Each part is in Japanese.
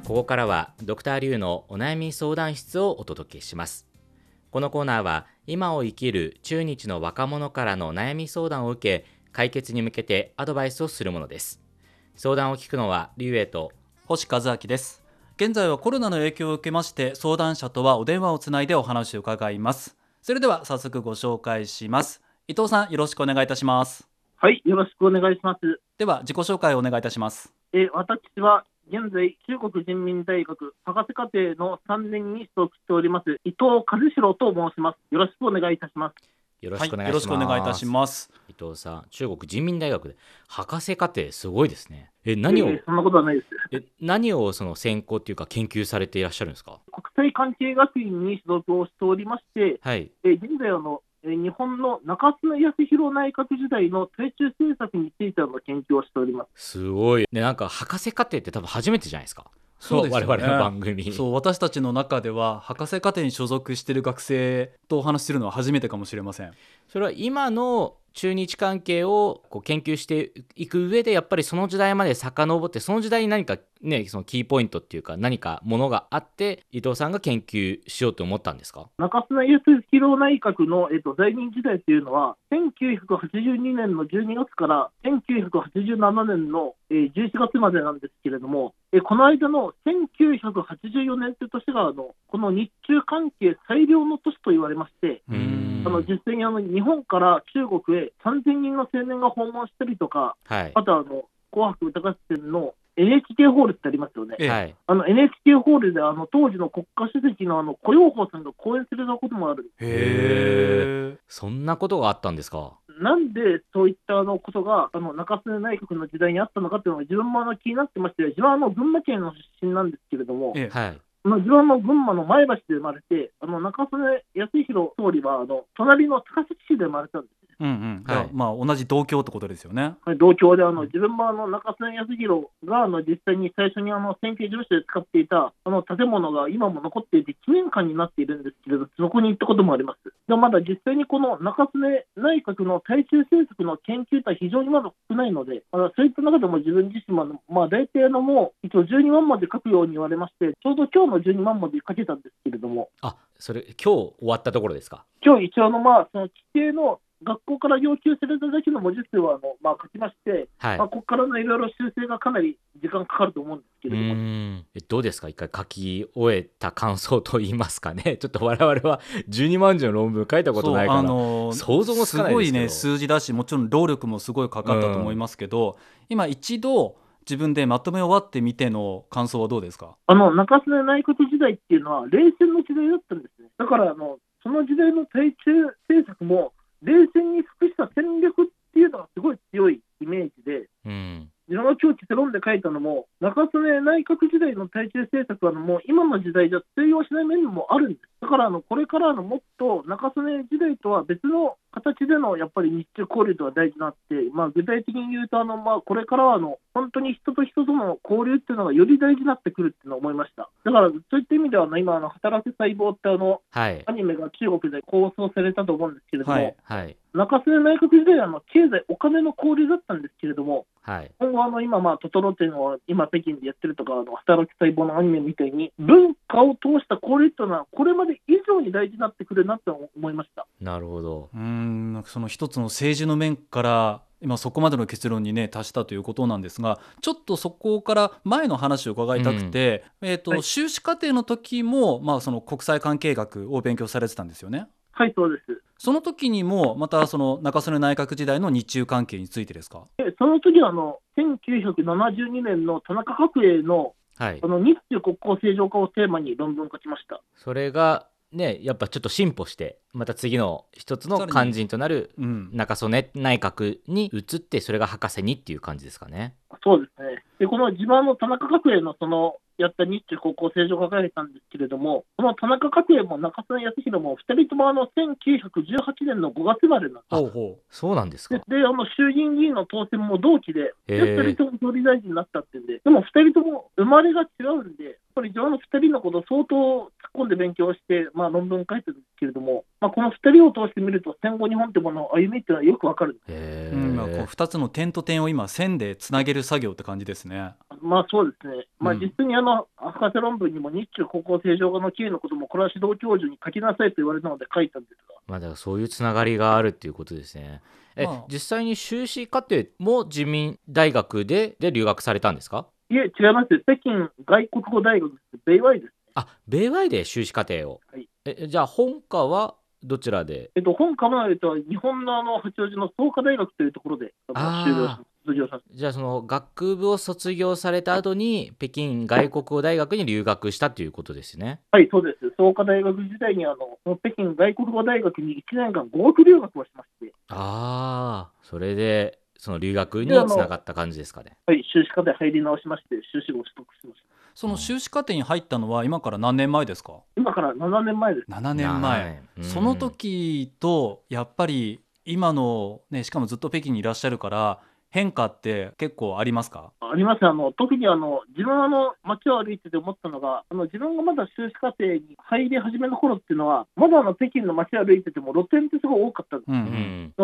ここからはドクターリュウのお悩み相談室をお届けします。このコーナーは今を生きる中日の若者からの悩み相談を受け、解決に向けてアドバイスをするものです。相談を聞くのはリュウエイと星和明です。現在はコロナの影響を受けまして、相談者とはお電話をつないでお話を伺います。それでは早速ご紹介します。伊藤さん、よろしくお願いいたします。 はい、よろしくお願いします。 では自己紹介をお願いいたします。 私は現在中国人民大学博士課程の3年に所属しております伊藤和弘と申します。よろしくお願いいたします。 よろしくお願いします。 よろしくお願いいたします。 伊藤さん、中国人民大学で博士課程すごいですね。何をそんなことはないです。 何をその専攻っていうか研究されていらっしゃるんですか？ 国際関係学院に所属をしておりまして、 はい。 現在日本の中曽根康弘内閣時代の対中政策についての研究をしております。 すごいね。なんか博士課程って多分初めてじゃないですか。 そうですよね。 我々の番組。 そう、私たちの中では博士課程に所属している学生とお話しするのは初めてかもしれません。 それは今の中日関係をこう研究していく上で、やっぱりその時代まで遡って、その時代に何かね、そのキーポイントっていうか何かものがあって伊藤さんが研究しようと思ったんですか？ 中曽根康弘内閣の、在任時代というのは1982年の12月から1987年の、11月までなんですけれども、この間の1984年という年がこの日中関係最良の年と言われまして、実際に日本から中国へ3000人の青年が訪問したりとか、 はい、 あと紅白歌合戦の NHK ホールってありますよね。 はい、 NHK ホールで当時の国家主席の胡耀邦さんが講演されたこともある。 へー、そんなことがあったんですか？ なんでそういったことが中曽根内閣の時代にあったのかというのが自分も気になってまして、自分は群馬県の出身なんですけれども、 はい、 自分は群馬の前橋で生まれて、中曽根康弘総理は隣の高崎市で生まれたんです。 はい、同じ同郷ってことですよね。 はい、同郷で自分も中曽根康弘が実際に最初に選挙事務所で使っていた建物が今も残っていて記念館になっているんですけれど、そこに行ったこともあります。でもまだ実際にこの中曽根内閣の対中政策の研究とは非常にまだ少ないので、そういった中でも自分自身も大体もう一応12万文字書くように言われまして、ちょうど今日の12万文字書けたんですけれども。 それ今日終わったところですか？ 今日一応その規定の学校から要求されただけの文字数は書きまして、 はい、 ここからのいろいろ修正がかなり時間かかると思うんですけれども。 どうですか、一回書き終えた感想といいますかね。ちょっと我々は12万字の論文書いたことないから想像もつかないですけど、 すごいね数字だし、もちろん労力もすごいかかったと思いますけど、今一度自分でまとめ終わってみての感想はどうですか？ 中曽根内閣時代っていうのは冷戦の時代だったんですね。だからその時代の対中政策も冷戦に服した戦略っていうのがすごい強いイメージで、自分が今日結論で書いたのも、中曽根内閣時代の対中政策はもう今の時代じゃ通用しない面もあるんです。だからこれからもっと中曽根時代とは別の形でのやっぱり日中交流とは大事になって、具体的に言うとこれからは本当に人と人との交流っていうのがより大事になってくるっていうのを思いました。だからそういった意味では今働く細胞ってはい、 アニメが中国で構想されたと思うんですけれども、 はいはい、 中曽根内閣時代は経済お金の交流だったんですけれども、 はい、 今後今トトロっていうのを今北京でやってるとか働く細胞のアニメみたいに文化を通した交流っていうのはこれまで以上に大事になってくるなと思いました。 なるほど。 その一つの政治の面から今そこまでの結論にね達したということなんですが、ちょっとそこから前の話を伺いたくて、修士課程の時も、その国際関係学を勉強されてたんですよね。 はい、そうです。 その時にもまたその中曽根内閣時代の日中関係についてですか？ その時は1972年の田中角栄の、 はい、 日中国交正常化をテーマに論文を書きました。 それがね、やっぱちょっと進歩してまた次の一つの肝心となる中曽根内閣に移って、それが博士にっていう感じですかね。 そうですね。でこの自慢の田中角栄のやった日中国交正常化会議なんですけれども、この田中角栄も中曽根康弘も2人とも1918年の5月生まれなんです。 そうなんですか。 で衆議院議員の当選も同期で、2人とも総理大臣になったってんで、でも2人とも生まれが違うんで、やっぱり自分の2人のことを相当突っ込んで勉強して、論文書いてるんですけれども、この2人を通してみると戦後日本ってものの歩みっていうのはよくわかる。 こう2つの点と点を今線でつなげる作業って感じですね。 そうですね、実際に博士論文にも日中国交正常化の経緯のことも、これは指導教授に書きなさいと言われたので書いたんですが、 だからそういうつながりがあるっていうことですね。実際に修士課程も自民大学で留学されたんですか？ いえ、違います。北京外国語大学です。米外です。 米外で修士課程を。 はい。 じゃあ本科はどちらで？ 本科は日本の八王子の創価大学というところで卒業させて。 じゃあその学部を卒業された後に北京外国語大学に留学したということですね。 はい、そうです。創価大学時代に北京外国語大学に1年間語学留学をしまして。 それでその留学につながった感じですかね。 はい、修士課程入り直しまして修士号を取得しました。 その修士課程に入ったのは今から何年前ですか？ 今から7年前です。 7年前。その時とやっぱり今のね、しかもずっと北京にいらっしゃるから変化って結構ありますか？ あります。特に自分街を歩いてて思ったのが、自分がまだ修士課程に入り始めの頃っていうのは、まだ北京の街を歩いてても露店ってすごい多かったんです。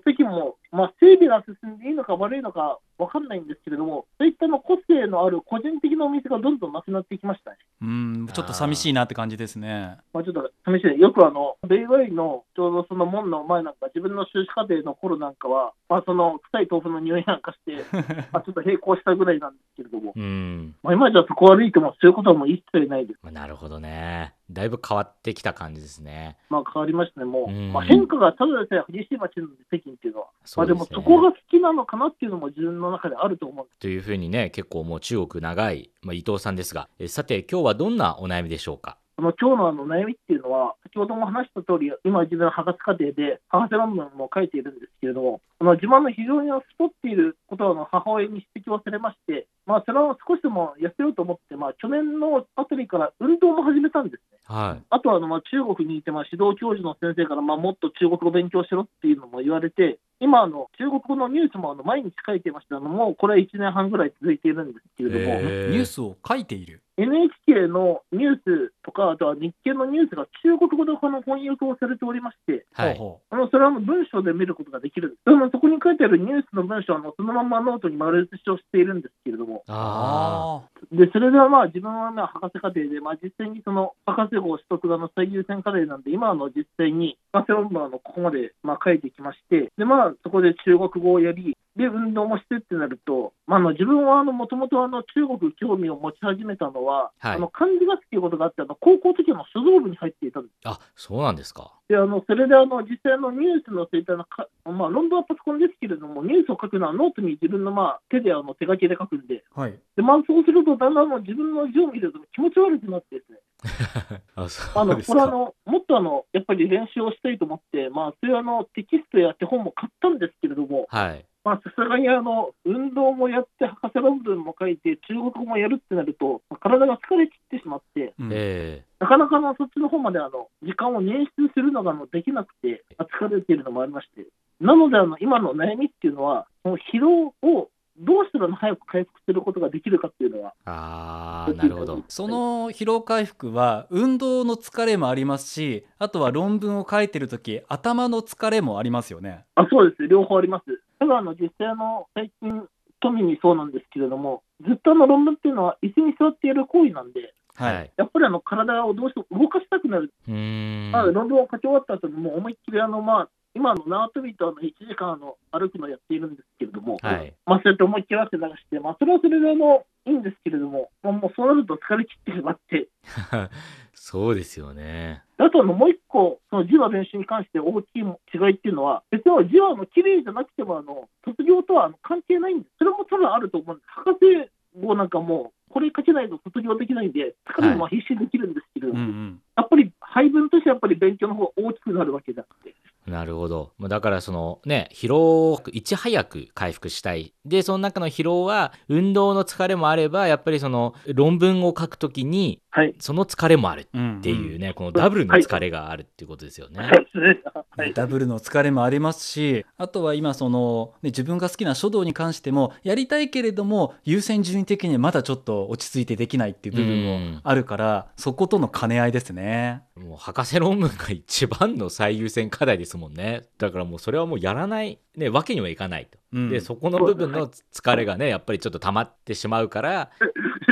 北京も、整備が進んでいいのか悪いのか分かんないんですけれども、そういった個性のある個人的なお店がどんどんなくなっていきましたね。 ちょっと寂しいなって感じですね。 ちょっと寂しい。よく米外のちょうどその門の前なんか、自分の修士課程の頃なんかは、その臭い豆腐の匂いなんかしてちょっと並行したぐらいなんですけれども、今じゃそこ歩いてもそういうことはもう一切ないです。 なるほどね。だいぶ変わってきた感じですね。 変わりましたね。もう、変化がただでさえ激しい街なんで、北京っていうのは。でもそこが好きなのかなっていうのも自分の中であると思う。 というふうにね、結構もう中国長い、伊藤さんですが、さて今日はどんなお悩みでしょうか？ 今日の悩みっていうのは、先ほども話した通り、今自分は博士課程で博士論文も書いているんですけれども、自分の非常に太っていることを母親に指摘をされまして、それを少しでも痩せようと思って、去年のあたりから運動も始めたんですね。あとは中国にいて指導教授の先生からもっと中国語勉強しろっていうのも言われて、今中国語のニュースも毎日書いてました。もうこれは1年半ぐらい続いているんですけれども、 ニュースを書いている NHK のニュースとか、あとは日経のニュースが中国語で翻訳をされておりまして、それは文章で見ることができるんです。そこに書いてあるニュースの文章はそのままノートに丸写しをしているんですけれども、でそれでは自分は博士課程で、実際にその博士号取得が最優先課題なんで、今実際に博士論文はここまで書いてきまして、でそこで中国語をやり、で運動もしてってなると、自分はもともと中国興味を持ち始めたのは、漢字が好きということがあって、高校の時の書道部に入っていたんです。 そうなんですか。 でそれで実際ニュースのそういった論文はパソコンですけれども、ニュースを書くのはノートに自分の手で手書きで書くんで、そうするとだんだん自分の字を見ると気持ち悪くなってですねこれもっとやっぱり練習をしたいと思って、そういうテキストや手本も買ったんですけれども、さすがに運動もやって博士論文も書いて中国語もやるってなると体が疲れ切ってしまって、なかなかそっちの方まで時間を捻出するのができなくて疲れているのもありまして、なので今の悩みっていうのは、その疲労をどうしたら早く回復することができるかっていうのは。 なるほど。 その疲労回復は運動の疲れもありますし、あとは論文を書いてるとき頭の疲れもありますよね。 そうです。両方あります。ただ実際最近富にそうなんですけれども、ずっと論文っていうのは椅子に座ってやる行為なんで、やっぱり体をどうしても動かしたくなる。論文を書き終わった後にもう思いっきり今縄跳びと1時間歩くのをやっているんですけれども、そうやって思いっきり汗流して、それはそれでいいんですけれども、もうそうなると疲れ切ってしまってそうですよね。 あともう一個、その字の練習に関して大きい違いっていうのは、別に字は綺麗じゃなくても卒業とは関係ないんです。それも多分あると思うんです。博士号なんかもこれ書けないと卒業できないんで、疲れも必死にできるんですけど、やっぱり配分としてやっぱり勉強の方が大きくなるわけじゃなくて。 なるほど。だから疲労をいち早く回復したい。でその中の疲労は運動の疲れもあれば、やっぱり論文を書くときにその疲れもあるっていうね、このダブルの疲れがあるっていうことですよね。 ダブルの疲れもありますし、あとは今自分が好きな書道に関してもやりたいけれども優先順位的にまだちょっと落ち着いてできないっていう部分もあるから、そことの兼ね合いですね。 もう博士論文が一番の最優先課題ですもんね。だからもうそれはもうやらない、わけにはいかないと。でそこの部分の疲れがねやっぱりちょっと溜まってしまうから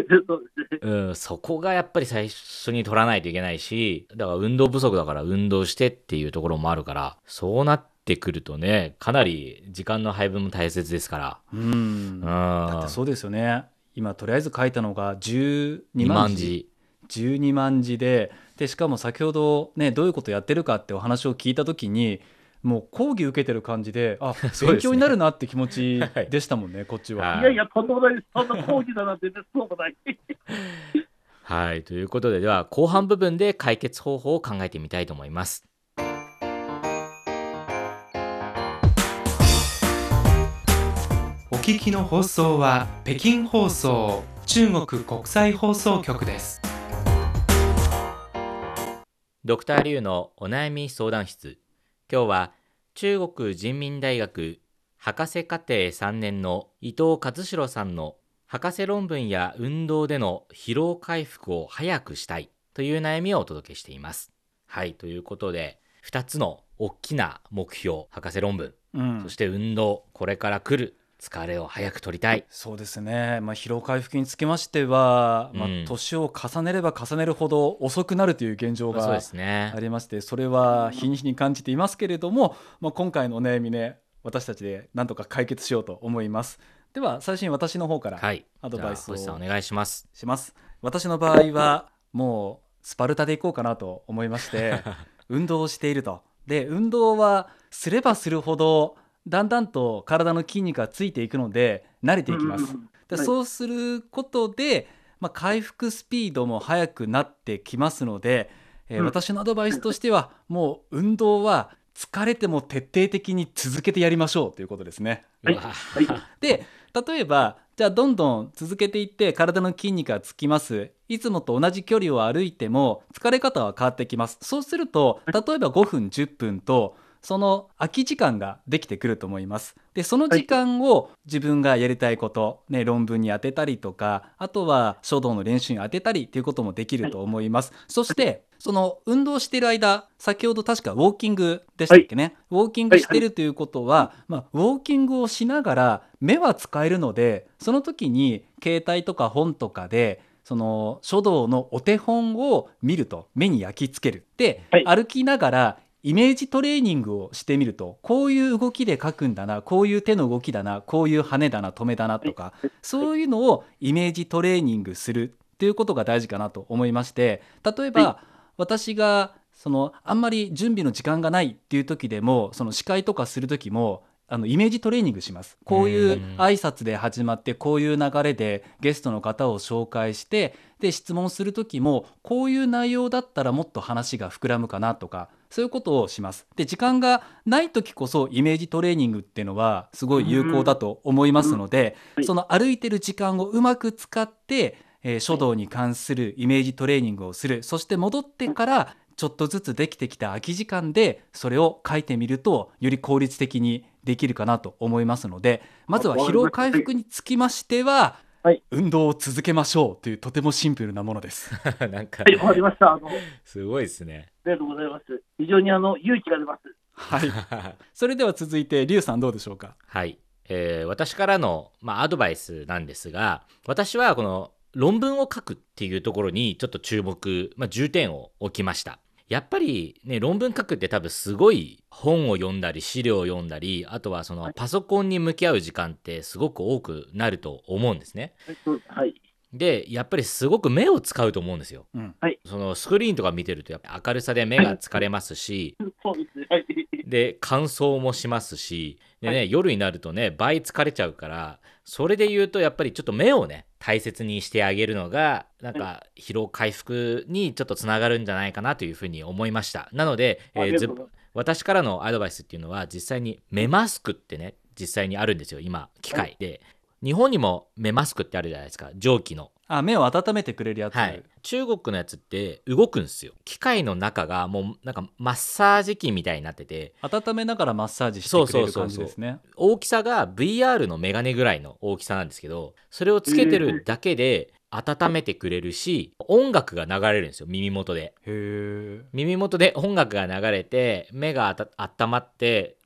そうですね。 そこがやっぱり最初に取らないといけないし、だから運動不足だから運動してっていうところもあるから、そうなってくるとね、かなり時間の配分も大切ですから。 だってそうですよね。今とりあえず書いたのが12 2 万万字字。 12万字で、しかも先ほどねどういうことやってるかってお話を聞いた時に、もう講義受けてる感じで、 そうですね勉強になるなって気持ちはいでしたもんね、こっちは。 はいいやいや、とんでもないです。そんな講義だなんてね、そうもない。 はい。ということで、では後半部分で解決方法を考えてみたいと思います。 お聞きの放送は北京放送中国国際放送局です。 ドクターリュウのお悩み相談室。今日は中国人民大学博士課程3年の伊藤和弘さんの博士論文や運動での疲労回復を早くしたいという悩みをお届けしています。はい、ということで2つの大きな目標、博士論文、そして運動、これから来る疲れを早く取りたい。 そうですね、疲労回復につきましては、年を重ねれば重ねるほど遅くなるという現状そうがですね。 ありまして、それは日に日に感じていますけれども、今回のお悩みね、私たちで何とか解決しようと思います。では最初に私の方からはい、 アドバイスをじゃあ星さんお願いします。 私の場合はもうスパルタでいこうかなと思いまして運動をしていると。で、運動はすればするほどだんだんと体の筋肉がついていくので慣れていきます。で、そうすることで、回復スピードも速くなってきますので、私のアドバイスとしてはもう運動は疲れても徹底的に続けてやりましょうということですね。で、例えばじゃあどんどん続けていって体の筋肉がつきます。いつもと同じ距離を歩いても疲れ方は変わってきます。そうすると例えば5分10分とその空き時間ができてくると思います。で、その時間を自分がやりたいこと、論文に当てたりとか、あとは書道の練習に当てたりということもできると思います。そしてその運動している間、先ほど確かウォーキングでしたっけね、ウォーキングしてるということは、ウォーキングをしながら目は使えるので、その時に携帯とか本とかでその書道のお手本を見ると目に焼き付ける。で、歩きながらイメージトレーニングをしてみると、こういう動きで書くんだな、こういう手の動きだな、こういう羽だな、止めだなとか、そういうのをイメージトレーニングするっていうことが大事かなと思いまして、例えば、私があんまり準備の時間がないっていう時でも、その司会とかする時もイメージトレーニングします。こういう挨拶で始まって、こういう流れでゲストの方を紹介して、で質問する時もこういう内容だったらもっと話が膨らむかなとか、そういうことをします。で、時間がない時こそイメージトレーニングっていうのはすごい有効だと思いますので、その歩いてる時間をうまく使って書道に関するイメージトレーニングをする。そして戻ってからちょっとずつできてきた空き時間でそれを書いてみると、より効率的にできるかなと思いますので、まずは疲労回復につきましては、運動を続けましょうというとてもシンプルなものです。 なんか、 わかりました。 すごいですね。 ありがとうございます。非常に勇気が出ます。 はい。それでは続いてリュウさんどうでしょうか。 はい、私からの、アドバイスなんですが、私はこの論文を書くっていうところにちょっと注目、重点を置きました。やっぱりね、論文書くって多分すごい本を読んだり資料を読んだり、あとはそのパソコンに向き合う時間ってすごく多くなると思うんですね。で、やっぱりすごく目を使うと思うんですよ。そのスクリーンとか見てるとやっぱ明るさで目が疲れますし、で乾燥もしますし、でね、夜になるとね倍疲れちゃうから、それで言うとやっぱりちょっと目をね大切にしてあげるのがなんか疲労回復にちょっとつながるんじゃないかなというふうに思いました。なので、私からのアドバイスっていうのは、実際に目マスクってね実際にあるんですよ今機械で。日本にも目マスクってあるじゃないですか、蒸気の。 目を温めてくれるやつ、 中国のやつって動くんですよ。機械の中がもうなんかマッサージ機みたいになってて、 温めながらマッサージしてくれる感じですね。 大きさが VR のメガネぐらいの大きさなんですけど、それをつけてるだけで温めてくれるし、音楽が流れるんですよ、耳元で。耳元で音楽が流れて目が温まって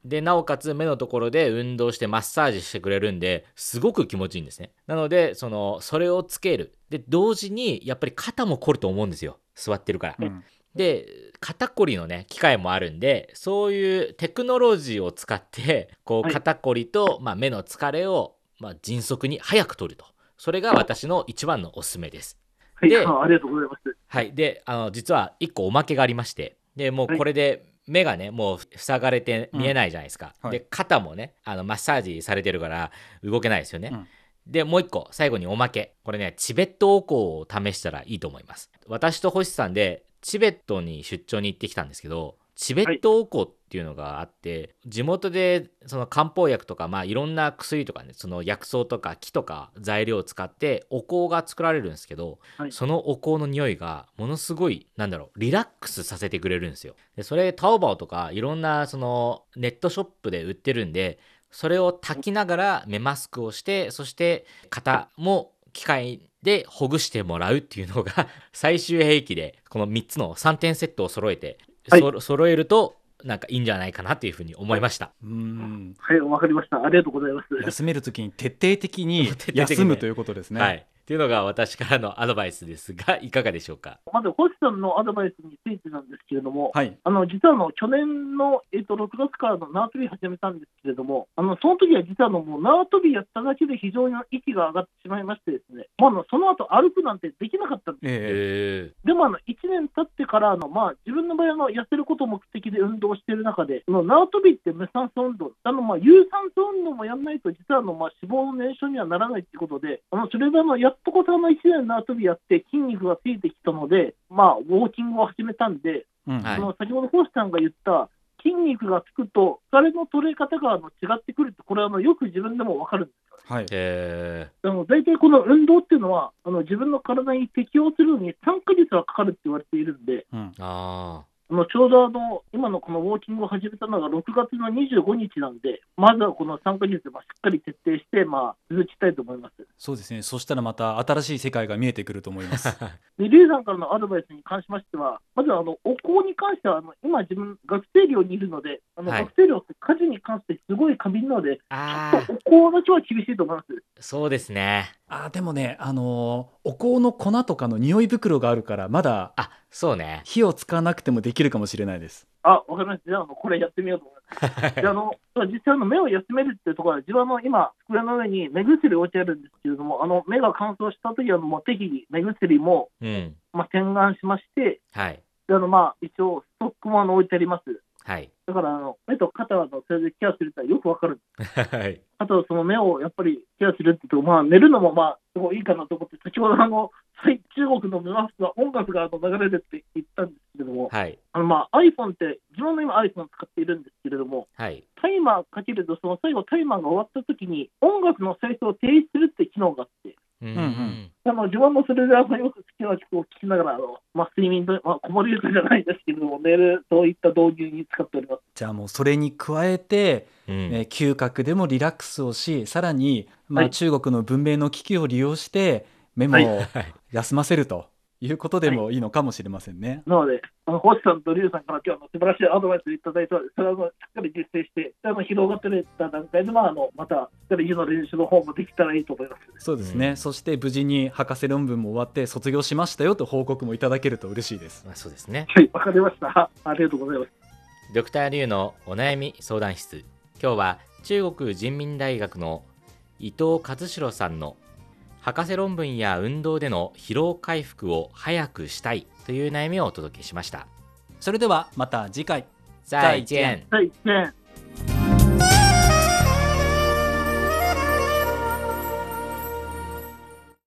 でなおかつ目のところで運動してマッサージしてくれるんですごく気持ちいいんですね。なのでそれをつけるで同時にやっぱり肩も凝ると思うんですよ、座ってるから、 うんで肩こりのね機械もあるんで、そういうテクノロジーを使ってこうはい肩こりと、目の疲れを、迅速に早く取ると、それが私の一番のおすすめです。 はい、 でありがとうございます。 はい、で実は1個おまけがありまして、でもうこれで目がねもう塞がれて見えないじゃないですか、 はい、 で肩もねマッサージされてるから動けないですよね、でもう1個最後におまけ、これねチベットお香を試したらいいと思います。私と星さんでチベットに出張に行ってきたんですけど、チベットお香っていうのがあって、地元でその漢方薬とかいろんな薬とかね、その薬草とか木とか材料を使ってお香が作られるんですけど、そのお香の匂いがものすごいリラックスさせてくれるんですよ。でそれタオバオとかいろんなそのネットショップで売ってるんで、それを炊きながら目マスクをして、そして肩も機械でほぐしてもらうっていうのが最終兵器で、この3つの3点セットを揃えて、揃えるとなんかいいんじゃないかなというふうに思いました。 はい、わかりました。ありがとうございます。 休めるときに徹底的に休むということですね。 はい。っていうのが私からのアドバイスですが、いかがでしょうか。 まず星さんのアドバイスについてなんですけれども、 はい、 実は去年の、6月からの縄跳び始めたんですけれども、その時は実はもう縄跳びやっただけで非常に息が上がってしまいましてですね、その後歩くなんてできなかったんです。でも1年経ってから自分の場合痩せることを目的で運動している中で、縄跳びって無酸素運動、有酸素運動もやらないと実は脂肪の燃焼にはならないということで、それでやっとこそ1年縄跳びやって筋肉がついてきたので、ウォーキングを始めたんで、先ほど星さんが言った筋肉がつくと疲れの取れ方が違ってくるって、これはよく自分でも分かるんですよ。 はい、 大体この運動っていうのは自分の体に適応するのに3ヶ月はかかるって言われているんで、ちょうど今のこのウォーキングを始めたのが6月の25日なんで、まずはこの3ヶ月しっかり徹底して続きたいと思います。 そうですね。そしたらまた新しい世界が見えてくると思います。 でリュウさんからのアドバイスに関しましては、まずお香に関しては今自分学生寮にいるので、学生寮って家事に関してすごい過敏なので、ちょっとお香だけは厳しいと思います。 そうですね。 でもね、お香の粉とかの匂い袋があるからまだそうね、 火を使わなくてもできるかもしれないです。 わかりました。じゃあこれやってみようと思います。で実際目を休めるっていうところは、自分は今机の上に目薬置いてあるんですけれども、目が乾燥した時は適宜目薬も、洗顔しまして、で一応ストックも置いてあります。だから目と肩はそれでケアするってよくわかる。あとその目をやっぱりケアするってと、寝るのもすごいいいかなと思って、先ほど中国の目マスクは音楽が流れるって言ったんですけれども、iPhone って自分の今 iPhone 使っているんですけれども、タイマーかけるとその最後タイマーが終わった時に音楽の再生を停止するって機能があって、自分もそれでよく好きな曲を聴きながら睡眠と、子守歌じゃないですけれども寝るといった導入に使っております。 じゃあもうそれに加えて、嗅覚でもリラックスをし、さらに、中国の文明の機器を利用して目も休ませるということでもいいのかもしれませんね。 なので星さんとリュウさんから今日素晴らしいアドバイスいただいて、それをしっかり実践して広がっていった段階でまたしっかり家の練習の方もできたらいいと思います。 そうですね、そして無事に博士論文も終わって卒業しましたよと報告もいただけると嬉しいです。 そうですね。 はい、わかりました。ありがとうございます。 ドクターリュウのお悩み相談室、今日は中国人民大学の伊藤和弘さんの博士論文や運動での疲労回復を早くしたいという悩みをお届けしました。 それではまた次回。 再见。 再见。